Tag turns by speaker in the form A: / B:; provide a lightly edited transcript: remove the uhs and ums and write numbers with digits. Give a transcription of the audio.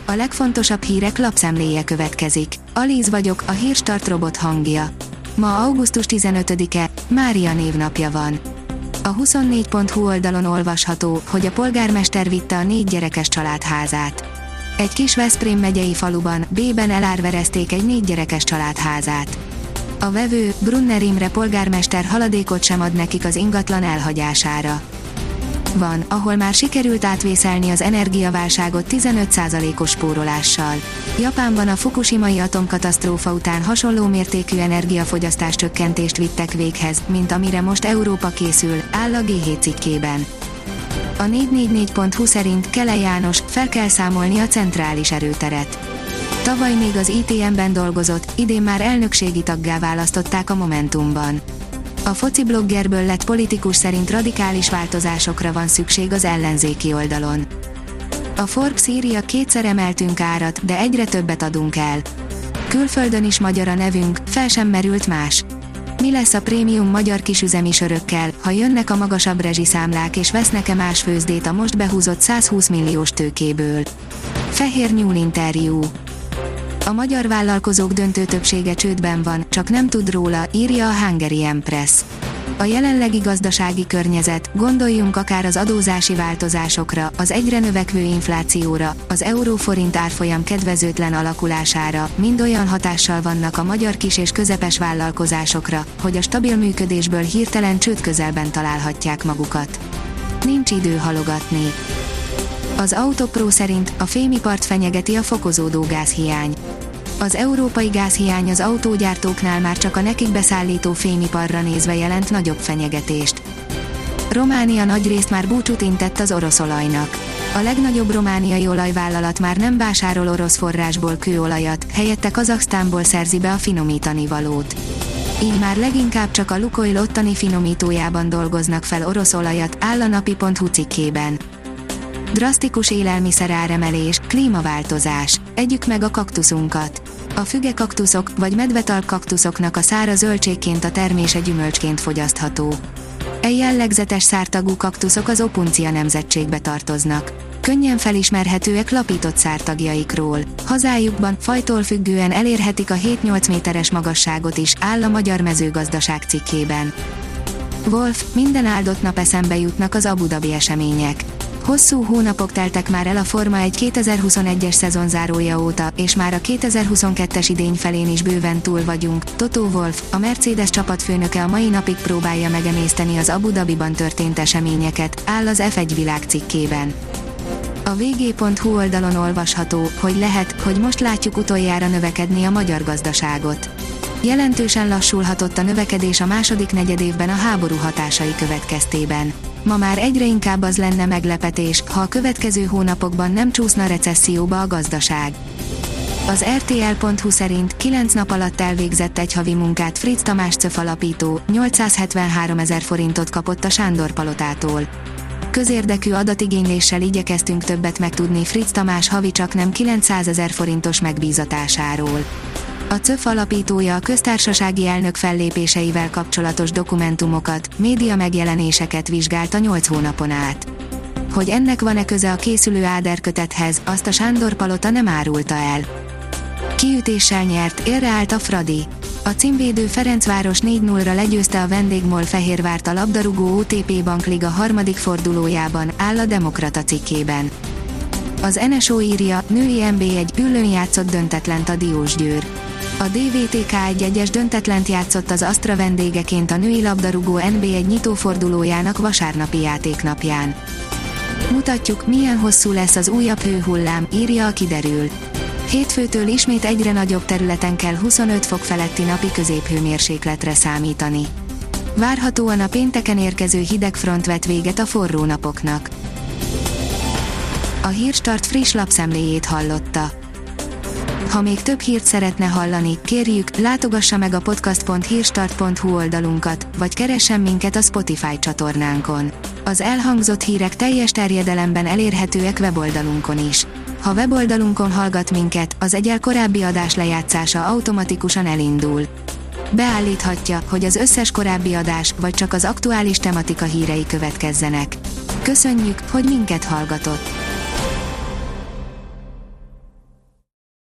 A: A legfontosabb hírek lapszemléje következik. Alíz vagyok, a Hírstart robot hangja. Ma augusztus 15-e, Mária névnapja van. A 24.hu oldalon olvasható, hogy a polgármester vitte a 4 gyerekes család házát. Egy kis Veszprém megyei faluban, B-ben elárverezték egy 4 gyerekes család házát. A vevő, Brunner Imre polgármester haladékot sem ad nekik az ingatlan elhagyására. Van, ahol már sikerült átvészelni az energiaválságot 15%-os spórolással. Japánban a fukushimai atomkatasztrófa után hasonló mértékű energiafogyasztás csökkentést vittek véghez, mint amire most Európa készül, áll a G7 cikkében. A 444.hu szerint Kele János, fel kell számolni a centrális erőteret. Tavaly még az ITM-ben dolgozott, idén már elnökségi taggá választották a Momentumban. A foci bloggerből lett politikus szerint radikális változásokra van szükség az ellenzéki oldalon. A Forbes írja, 2-szer emeltünk árat, de egyre többet adunk el. Külföldön is magyar a nevünk, fel sem merült más. Mi lesz a prémium magyar kisüzemi sörökkel, ha jönnek a magasabb rezsiszámlák és vesznek-e más főzdét a most behúzott 120 milliós tőkéből? Fehér nyúl interjú. A magyar vállalkozók döntő többsége csődben van, csak nem tud róla, írja a Hungarian Press. A jelenlegi gazdasági környezet, gondoljunk akár az adózási változásokra, az egyre növekvő inflációra, az euró-forint árfolyam kedvezőtlen alakulására, mind olyan hatással vannak a magyar kis és közepes vállalkozásokra, hogy a stabil működésből hirtelen csőd közelben találhatják magukat. Nincs idő halogatni. Az Autopro szerint a fémipart fenyegeti a fokozódó gázhiány. Az európai gázhiány az autógyártóknál már csak a nekik beszállító fémiparra nézve jelent nagyobb fenyegetést. Románia nagyrészt már búcsút intett az orosz olajnak. A legnagyobb romániai olajvállalat már nem vásárol orosz forrásból kőolajat, helyette Kazaksztánból szerzi be a finomítanivalót. Így már leginkább csak a Lukoil ottani finomítójában dolgoznak fel orosz olajat, áll a napi.hu cikkében. Drasztikus élelmiszeráremelés, klímaváltozás. Együk meg a kaktuszunkat. A fügekaktuszok vagy medvetalp kaktuszoknak a szára zöldségként a termése gyümölcsként fogyasztható. Jellegzetes szártagú kaktuszok az Opuncia nemzetségbe tartoznak. Könnyen felismerhetőek lapított szártagjaikról. Hazájukban fajtól függően elérhetik a 7-8 méteres magasságot is, áll a Magyar Mezőgazdaság cikkében. Wolf, minden áldott nap eszembe jutnak az Abu Dhabi események. Hosszú hónapok teltek már el a Forma 1 2021-es szezonzárója óta, és már a 2022-es idény felén is bőven túl vagyunk. Toto Wolff, a Mercedes csapatfőnöke a mai napig próbálja megemészteni az Abu Dhabiban történt eseményeket, áll az F1 világ cikkében. A vg.hu oldalon olvasható, hogy lehet, hogy most látjuk utoljára növekedni a magyar gazdaságot. Jelentősen lassulhatott a növekedés a második negyedévben a háború hatásai következtében. Ma már egyre inkább az lenne meglepetés, ha a következő hónapokban nem csúszna recesszióba a gazdaság. Az RTL.hu szerint 9 nap alatt elvégzett egy havi munkát Fritz Tamás CÖF alapító, 873 000 forintot kapott a Sándor-palotától. Közérdekű adatigényléssel igyekeztünk többet megtudni Fritz Tamás havi csaknem 900 000 forintos megbízatásáról. A CÖF alapítója a köztársasági elnök fellépéseivel kapcsolatos dokumentumokat, média megjelenéseket vizsgálta 8 hónapon át. Hogy ennek van-e köze a készülő Áder kötethez, azt a Sándor-palota nem árulta el. Kiütéssel nyert, élre állt a Fradi. A címvédő Ferencváros 4-0-ra legyőzte a vendégmol Fehérvárt a labdarúgó OTP Bankliga harmadik fordulójában, áll a Demokrata cikkében. Az NSO írja, női NB1 ülőn játszott döntetlent a Diósgyőr. A DVTK 1-1-es döntetlent játszott az Astra vendégeként a női labdarúgó NB1 nyitófordulójának vasárnapi játéknapján. Mutatjuk, milyen hosszú lesz az újabb hőhullám, írja a Kiderül. Hétfőtől ismét egyre nagyobb területen kell 25 fok feletti napi középhőmérsékletre számítani. Várhatóan a pénteken érkező hideg front vet véget a forró napoknak. A Hírstart friss lapszemléjét hallotta. Ha még több hírt szeretne hallani, kérjük, látogassa meg a podcast.hírstart.hu oldalunkat, vagy keressen minket a Spotify csatornánkon. Az elhangzott hírek teljes terjedelemben elérhetőek weboldalunkon is. Ha weboldalunkon hallgat minket, az egyel korábbi adás lejátszása automatikusan elindul. Beállíthatja, hogy az összes korábbi adás, vagy csak az aktuális tematika hírei következzenek. Köszönjük, hogy minket hallgatott!